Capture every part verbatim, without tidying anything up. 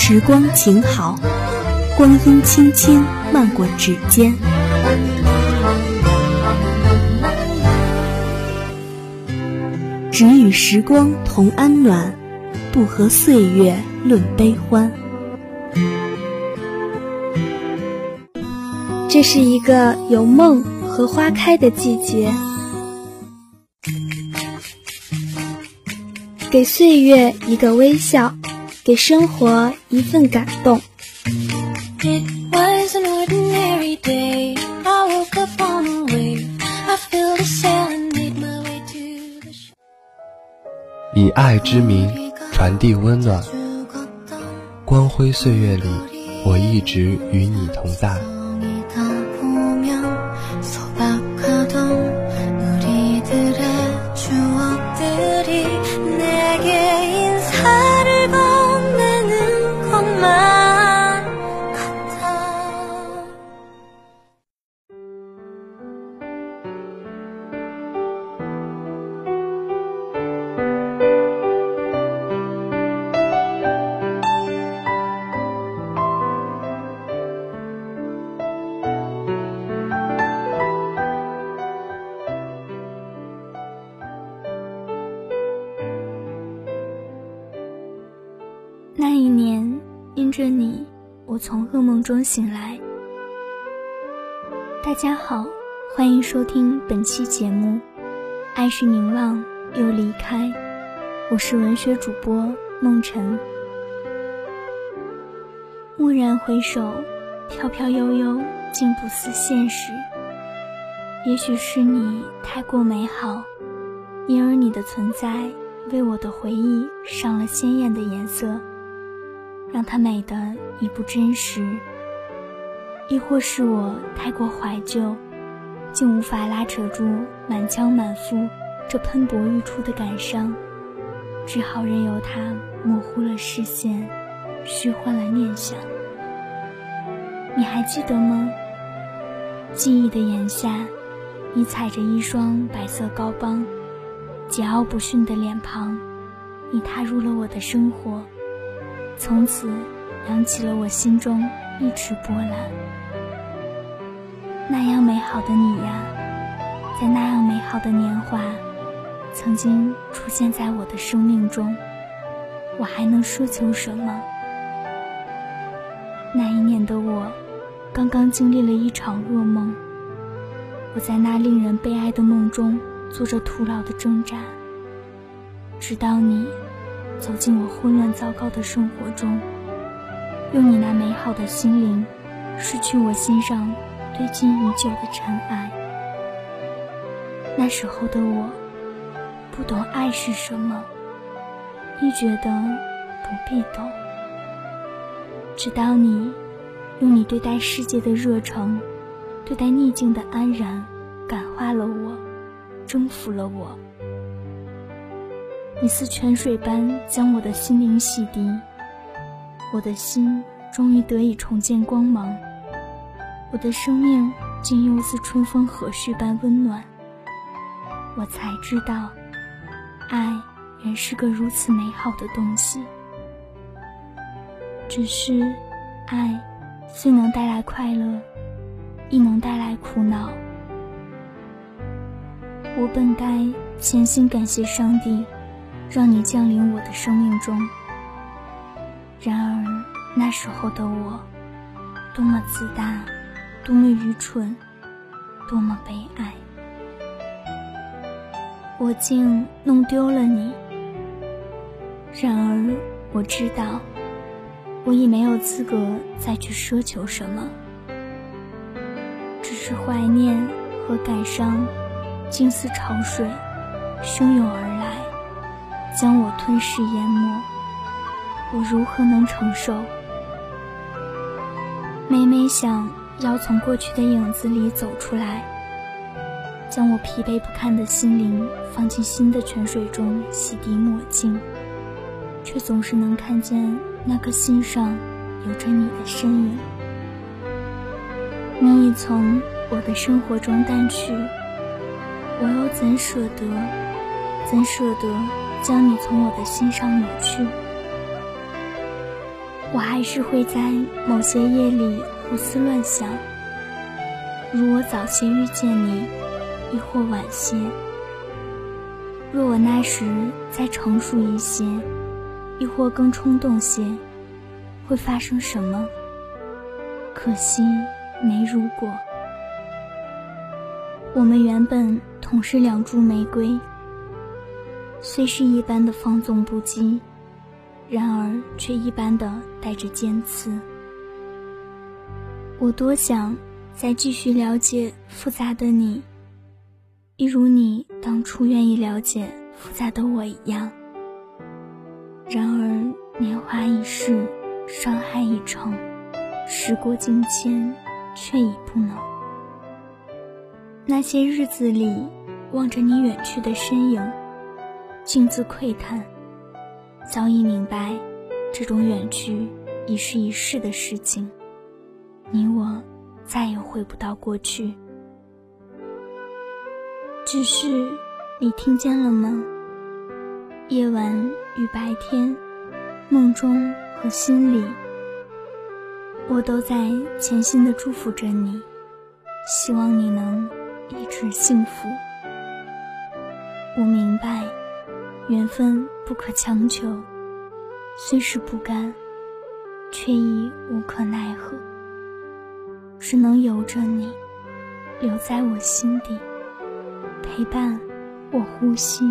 时光静好，光阴轻轻漫过指尖。只与时光同安暖，不和岁月论悲欢。 这是一个有梦和花开的季节，给岁月一个微笑，给生活一份感动。 以爱之名传递温暖，光辉岁月里，我一直与你同在。 那一年，因着你，我从噩梦中醒来。大家好，欢迎收听本期节目《爱是凝望又离开》，我是文学主播梦晨。蓦然回首，飘飘悠悠，竟不似现实。也许是你太过美好，因而你的存在为我的回忆上了鲜艳的颜色，让它美得已不真实。亦或是我太过怀旧，竟无法拉扯住满腔满腹这喷薄欲出的感伤，只好任由它模糊了视线，虚幻了念想。你还记得吗？记忆的檐下，你踩着一双白色高帮，桀骜不驯的脸庞，你踏入了我的生活，从此扬起了我心中一池波澜。那样美好的你呀，在那样美好的年华，曾经出现在我的生命中，我还能奢求什么？那一年的我，刚刚经历了一场噩梦，我在那令人悲哀的梦中做着徒劳的挣扎，直到你走进我混乱糟糕的生活中，用你那美好的心灵拭去我心上堆积已久的尘埃。那时候的我不懂爱是什么，亦觉得不必懂，直到你用你对待世界的热诚，对待逆境的安然，感化了我，征服了我。你似泉水般将我的心灵洗涤，我的心终于得以重见光芒，我的生命竟又似春风和煦般温暖。我才知道，爱原是个如此美好的东西。只是爱虽能带来快乐，亦能带来苦恼。我本该潜心感谢上帝，让你降临我的生命中。然而那时候的我，多么自大，多么愚蠢，多么悲哀。我竟弄丢了你。然而我知道，我已没有资格再去奢求什么，只是怀念和感伤竟似潮水汹涌而来，将我吞噬淹没。我如何能承受？每每想要从过去的影子里走出来，将我疲惫不堪的心灵放进新的泉水中洗涤抹净，却总是能看见那颗心上有着你的身影。你已从我的生活中淡去，我又怎舍得怎舍得将你从我的心上抹去？ 我还是会在某些夜里胡思乱想，如我早些遇见你，亦或晚些。若我那时再成熟一些，亦或更冲动些，会发生什么？可惜没如果。我们原本同是两株玫瑰，虽是一般的放纵不羁，然而却一般的带着尖刺。我多想再继续了解复杂的你，一如你当初愿意了解复杂的我一样。然而年华已逝，伤害已成，时过境迁，却已不能。那些日子里，望着你远去的身影，径自喟叹，早已明白，这种远去已是一世的事情，你我再也回不到过去。只是你听见了吗？夜晚与白天，梦中和心里，我都在潜心地祝福着你，希望你能一直幸福。我明白，缘分不可强求，虽是不甘，却亦无可奈何，只能由着你，留在我心底，陪伴我呼吸。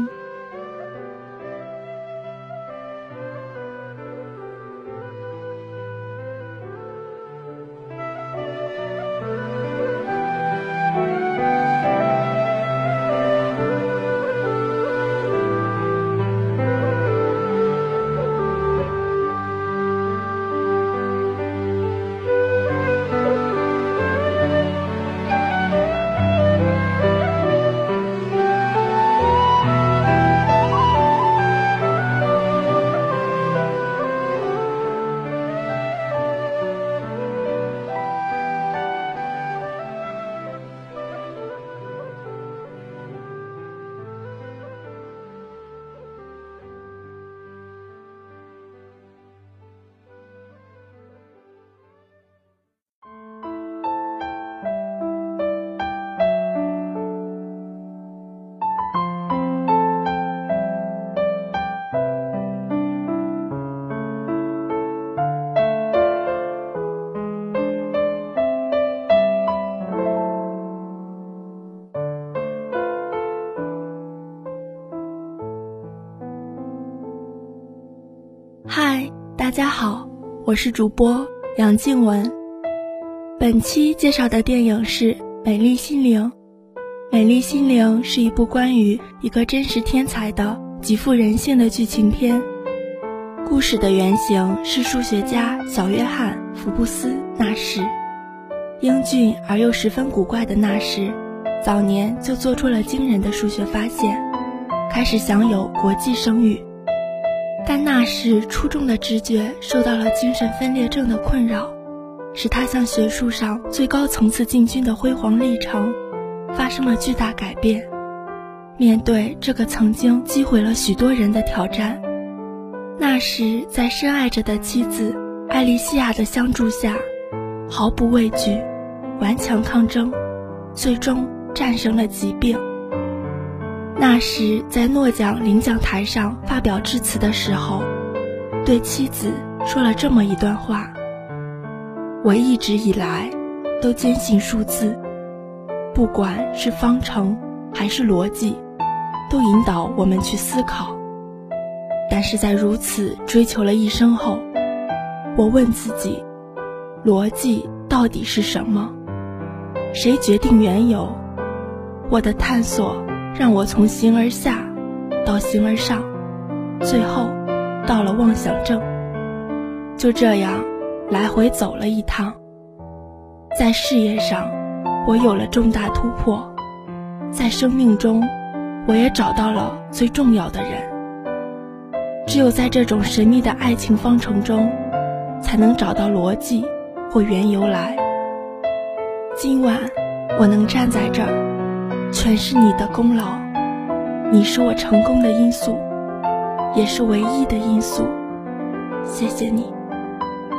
嗨，大家好，我是主播杨静雯。本期介绍的电影是《美丽心灵》。《美丽心灵》是一部关于一个真实天才的极富人性的剧情片。故事的原型是数学家小约翰·福布斯·纳什。英俊而又十分古怪的纳什，早年就做出了惊人的数学发现，开始享有国际声誉。但纳什出众的直觉受到了精神分裂症的困扰，使他向学术上最高层次进军的辉煌历程发生了巨大改变。面对这个曾经击毁了许多人的挑战，纳什在深爱着的妻子艾莉西亚的相助下，毫不畏惧，顽强抗争，最终战胜了疾病。纳什在诺奖领奖台上发表致辞的时候，对妻子说了这么一段话：我一直以来都坚信数字，不管是方程还是逻辑，都引导我们去思考。但是在如此追求了一生后，我问自己，逻辑到底是什么？谁决定缘由？我的探索让我从形而下到形而上，最后到了妄想症。就这样来回走了一趟。在事业上，我有了重大突破；在生命中，我也找到了最重要的人。只有在这种神秘的爱情方程中，才能找到逻辑或缘由来。今晚我能站在这儿，全是你的功劳。你是我成功的因素，也是唯一的因素。谢谢你。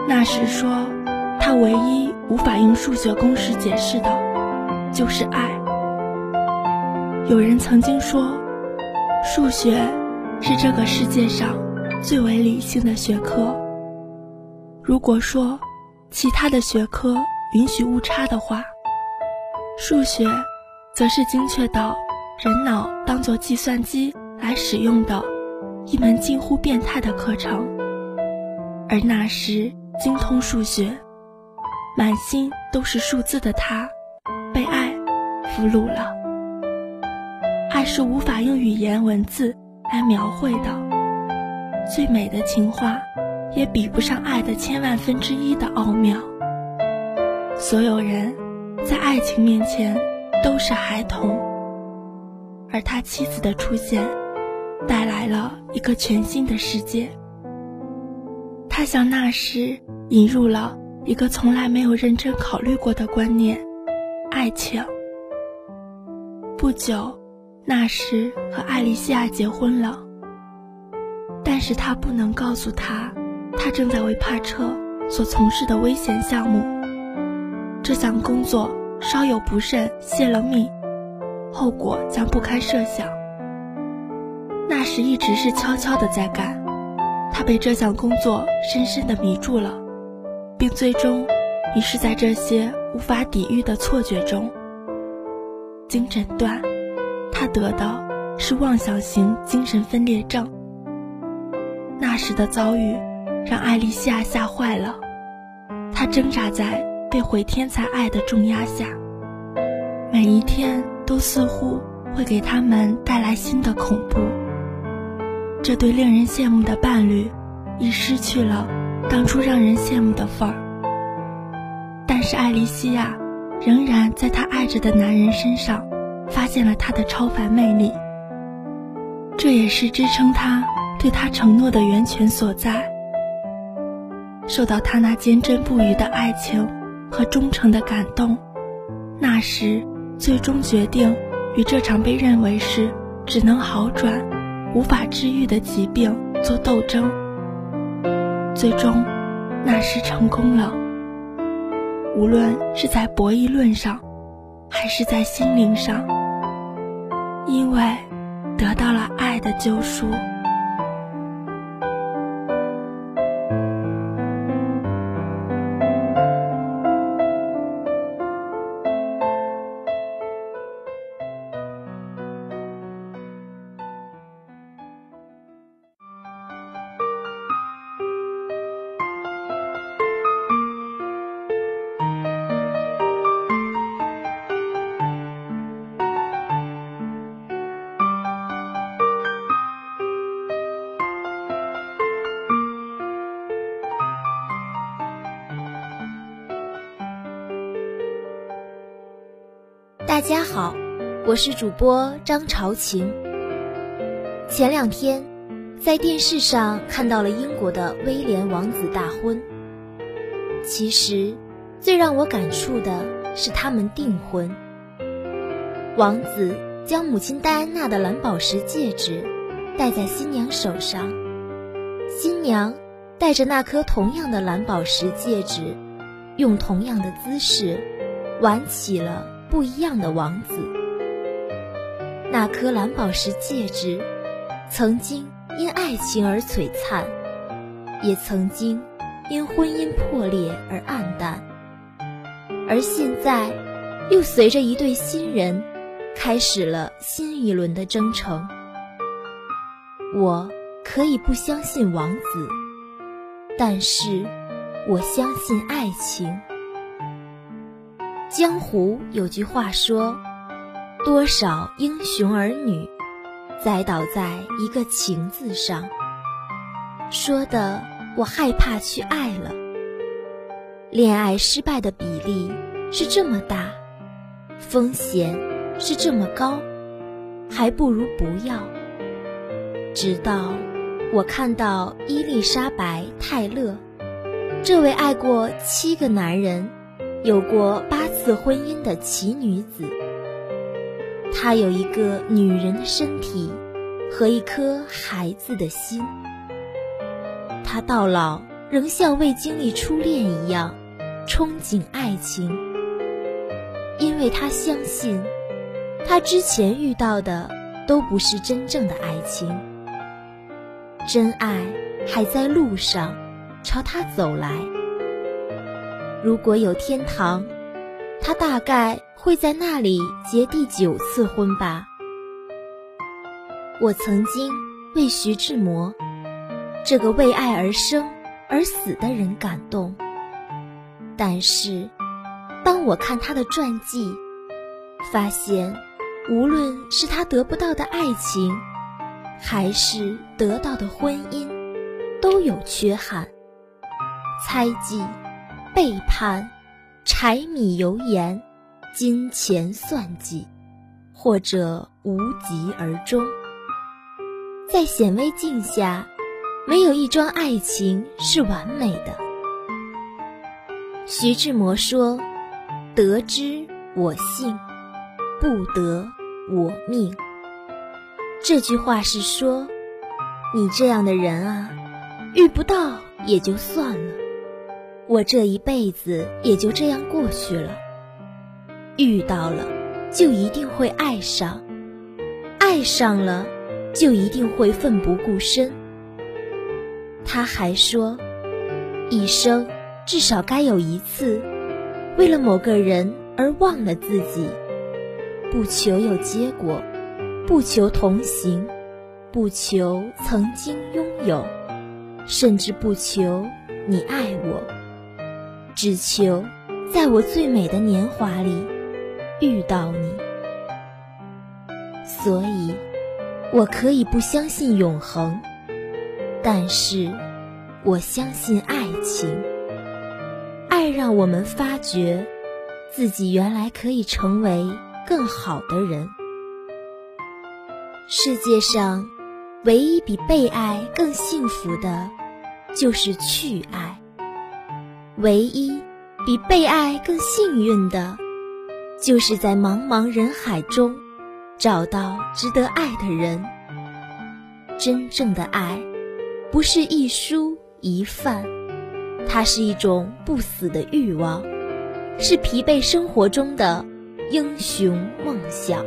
那时说，他唯一无法用数学公式解释的，就是爱。有人曾经说，数学是这个世界上最为理性的学科。如果说其他的学科允许误差的话，数学则是精确到人脑当作计算机来使用的一门近乎变态的课程。而那时精通数学，满心都是数字的他，被爱俘虏了。爱是无法用语言文字来描绘的，最美的情话也比不上爱的千万分之一的奥妙。所有人在爱情面前都是孩童，而他妻子的出现带来了一个全新的世界。他向那时引入了一个从来没有认真考虑过的观念，爱情。不久，那时和艾莉西亚结婚了，但是他不能告诉他，他正在为帕彻所从事的危险项目。这项工作稍有不慎泄了密，后果将不堪设想。那时一直是悄悄地在干，他被这项工作深深地迷住了，并最终迷失在这些无法抵御的错觉中。经诊断，他得的是妄想型精神分裂症。那时的遭遇让艾莉西亚吓坏了，她挣扎在被毁天才爱的重压下，每一天都似乎会给他们带来新的恐怖。这对令人羡慕的伴侣已失去了当初让人羡慕的份儿，但是艾莉西亚仍然在她爱着的男人身上发现了他的超凡魅力，这也是支撑他对他承诺的源泉所在。受到他那坚贞不渝的爱情和忠诚的感动，那时最终决定与这场被认为是只能好转无法治愈的疾病做斗争。最终那时成功了，无论是在博弈论上还是在心灵上，因为得到了爱的救赎。 大家好，我是主播张朝晴。前两天在电视上看到了英国的威廉王子大婚，其实最让我感触的是他们订婚。王子将母亲戴安娜的蓝宝石戒指戴在新娘手上，新娘戴着那颗同样的蓝宝石戒指，用同样的姿势挽起了不一样的王子。那颗蓝宝石戒指曾经因爱情而璀璨，也曾经因婚姻破裂而黯淡，而现在又随着一对新人开始了新一轮的征程。我可以不相信王子，但是我相信爱情。江湖有句话说，多少英雄儿女栽倒在一个情字上，说的我害怕去爱了。恋爱失败的比例是这么大，风险是这么高，还不如不要。直到我看到伊丽莎白·泰勒，这位爱过七个男人，有过八次婚姻的奇女子，她有一个女人的身体和一颗孩子的心。她到老仍像未经历初恋一样憧憬爱情，因为他相信他之前遇到的都不是真正的爱情，真爱还在路上朝他走来。如果有天堂，他大概会在那里结第九次婚吧。我曾经为徐志摩这个为爱而生而死的人感动，但是当我看他的传记，发现无论是他得不到的爱情，还是得到的婚姻，都有缺憾。猜忌、背叛、柴米油盐、金钱算计，或者无疾而终。在显微镜下，没有一桩爱情是完美的。徐志摩说：得之我幸，不得我命。这句话是说，你这样的人啊，遇不到也就算了，我这一辈子也就这样过去了。遇到了，就一定会爱上，爱上了，就一定会奋不顾身。他还说，一生至少该有一次，为了某个人而忘了自己，不求有结果，不求同行，不求曾经拥有，甚至不求你爱我，只求在我最美的年华里遇到你。所以我可以不相信永恒，但是我相信爱情。爱让我们发觉自己原来可以成为更好的人。世界上唯一比被爱更幸福的，就是去爱；唯一比被爱更幸运的，就是在茫茫人海中找到值得爱的人。真正的爱不是一蔬一饭，它是一种不死的欲望，是疲惫生活中的英雄梦想。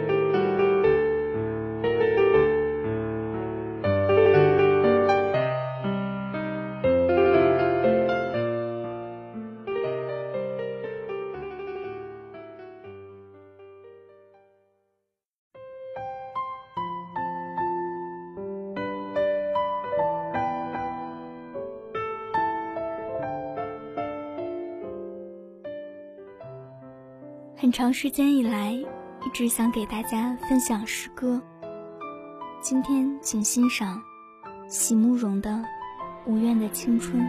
很长时间以来，一直想给大家分享诗歌。今天请欣赏席慕容的《无怨的青春》。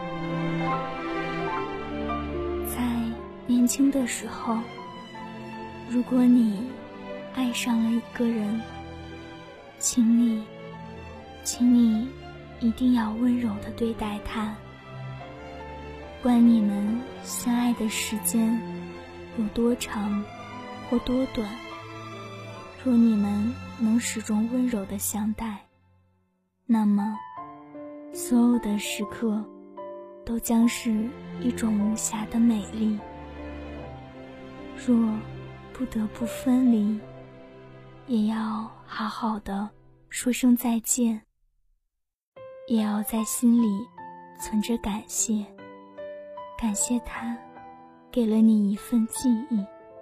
在年轻的时候，如果你爱上了一个人，请你，请你一定要温柔地对待他。管你们相爱的时间有多长或多短，若你们能始终温柔地相待，那么所有的时刻都将是一种无瑕的美丽。若不得不分离，也要好好的说声再见，也要在心里存着感谢，感谢他给了你一份记忆。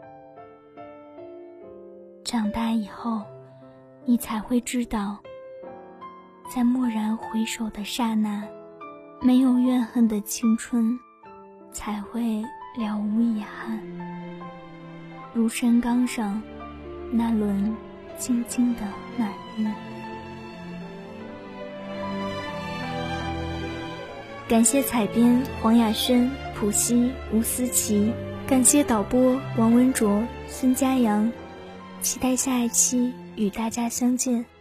长大以后，你才会知道，在蓦然回首的刹那，没有怨恨的青春才会了无遗憾。如山岗上那轮静静的暖月。感谢采编黄雅轩、普希、吴思琪，感谢导播王文卓、孙嘉阳，期待下一期与大家相见。